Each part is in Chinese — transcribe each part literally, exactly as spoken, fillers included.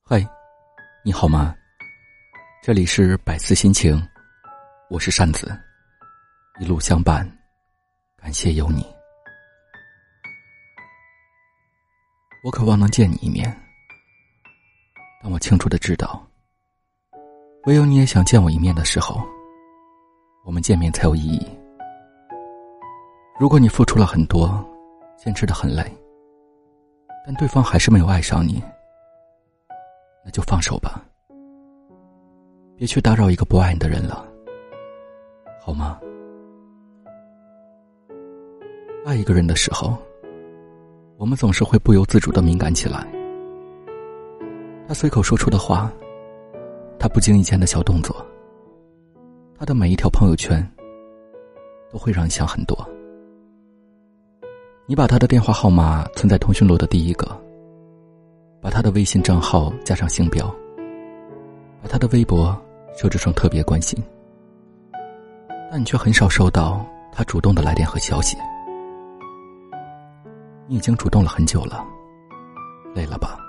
嗨，你好吗？这里是百思心情，我是扇子，一路相伴，感谢有你。我渴望能见你一面，但我清楚地知道，唯有你也想见我一面的时候，我们见面才有意义。如果你付出了很多，坚持得很累，但对方还是没有爱上你，那就放手吧，别去打扰一个不爱你的人了，好吗？爱一个人的时候，我们总是会不由自主地敏感起来。他随口说出的话，他不经意间的小动作，他的每一条朋友圈，都会让你想很多。你把他的电话号码存在通讯录的第一个，把他的微信账号加上星标，把他的微博设置成特别关心，但你却很少收到他主动的来电和消息。你已经主动了很久了，累了吧？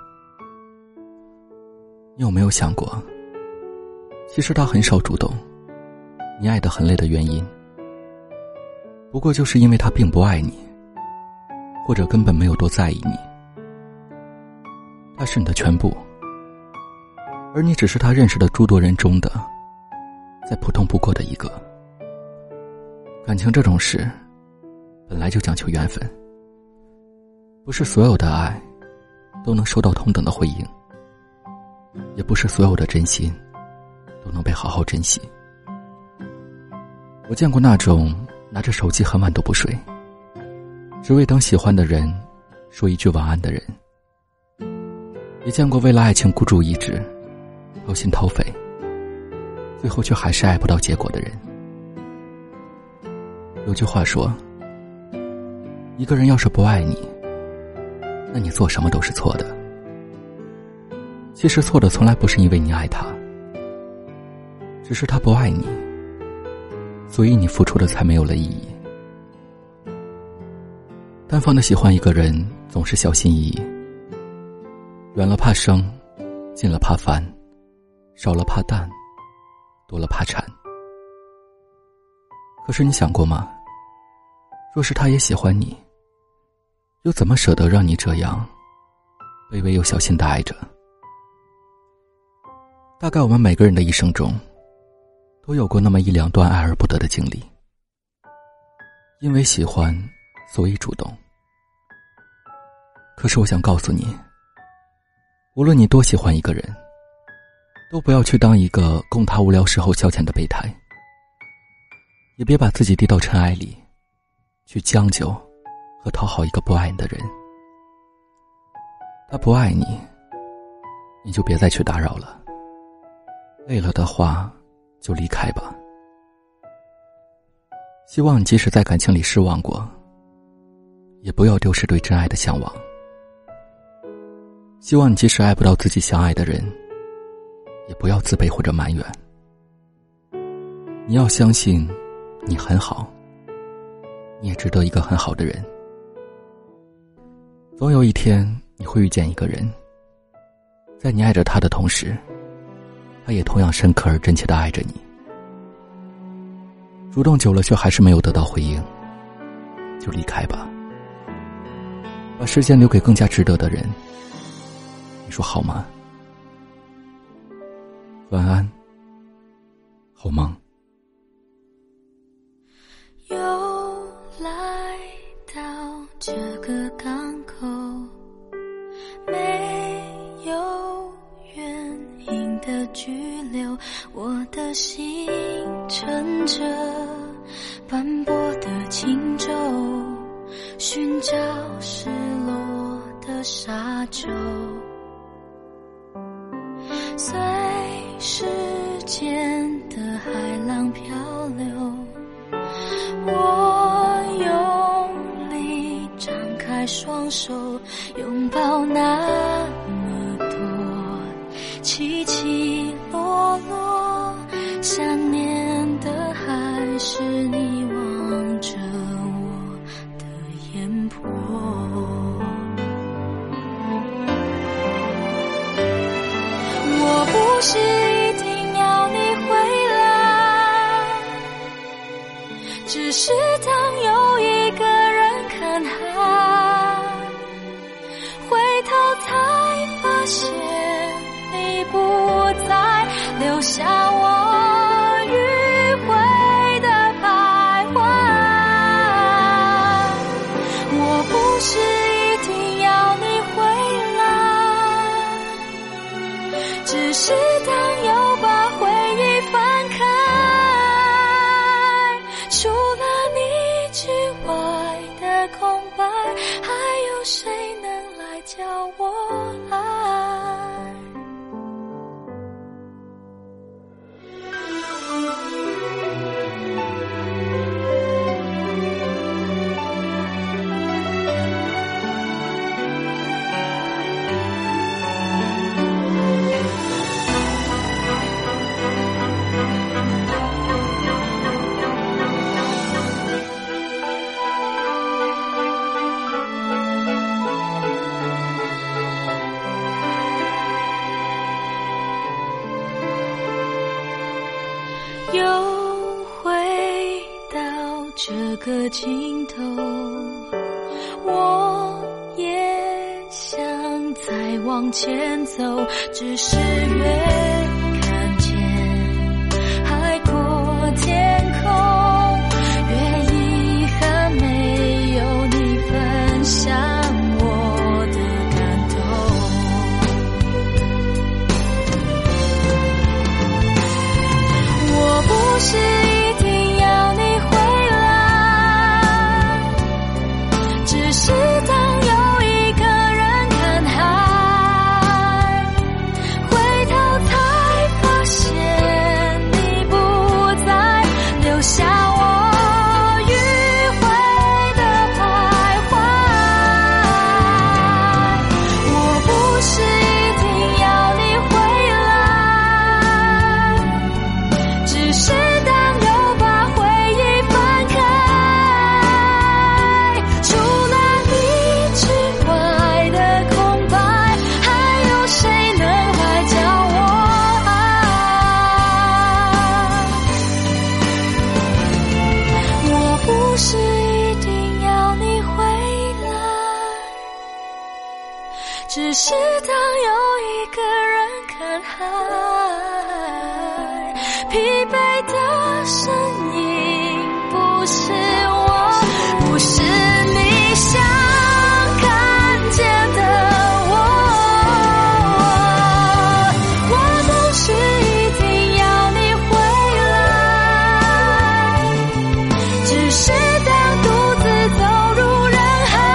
你有没有想过，其实他很少主动，你爱得很累的原因，不过就是因为他并不爱你，或者根本没有多在意你。他是你的全部，而你只是他认识的诸多人中的再普通不过的一个。感情这种事本来就讲求缘分，不是所有的爱都能收到同等的回应，也不是所有的真心都能被好好珍惜。我见过那种拿着手机很晚都不睡，只为等喜欢的人说一句晚安的人，也见过为了爱情孤注一掷，掏心掏肺，最后却还是爱不到结果的人。有句话说，一个人要是不爱你，那你做什么都是错的。其实错的从来不是因为你爱他，只是他不爱你，所以你付出的才没有了意义。单方的喜欢一个人总是小心翼翼，远了怕生，近了怕烦，少了怕淡，多了怕缠。可是你想过吗？若是他也喜欢你，又怎么舍得让你这样卑微又小心地爱着？大概我们每个人的一生中都有过那么一两段爱而不得的经历，因为喜欢所以主动。可是我想告诉你，无论你多喜欢一个人，都不要去当一个供他无聊时候消遣的备胎，也别把自己低到尘埃里，去将就和讨好一个不爱你的人。他不爱你，你就别再去打扰了，累了的话就离开吧。希望你即使在感情里失望过，也不要丢失对真爱的向往。希望你即使爱不到自己想爱的人，也不要自卑或者埋怨。你要相信你很好，你也值得一个很好的人。总有一天你会遇见一个人，在你爱着他的同时，他也同样深刻而真切地爱着你。主动久了却还是没有得到回应，就离开吧，把时间留给更加值得的人。你说好吗？晚安，好梦。 又来到这个港口，没有原因的拘留，我的心乘着斑驳的轻舟，寻找失落的沙洲，随时间的海浪漂流，我用力张开双手，拥抱那么多起起落落，想念的还是你望着我的眼波。 是一定要你回来，只是当有一个人看海，回头才发现你不在，留下我迂回的徘徊。我不是一定要你回来，只是当又把回忆翻开，除了你之外的空白，还有谁能来教我爱？又回到这个尽头，我也想再往前走，只是越看见海阔天空，越遗憾没有你分享我的感动。我不是一定要你回来，只是当有一个人看海，回头才发现你不在，留下我迂回的徘徊。我不是一定要你回来，只是当又把回忆翻开，除了你之外的空白，还有谁能来教我爱？我不是一定要你回来，只是当有一个人看海，疲惫的身影不是我，不是你想看见的我。我不是一定要你回来，只是当独自走入人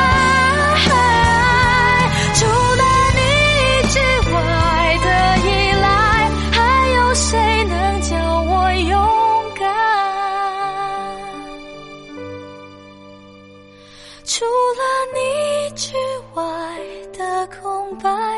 海，除了你之外的依赖，还有谁能叫我勇敢？除了你之外的空白。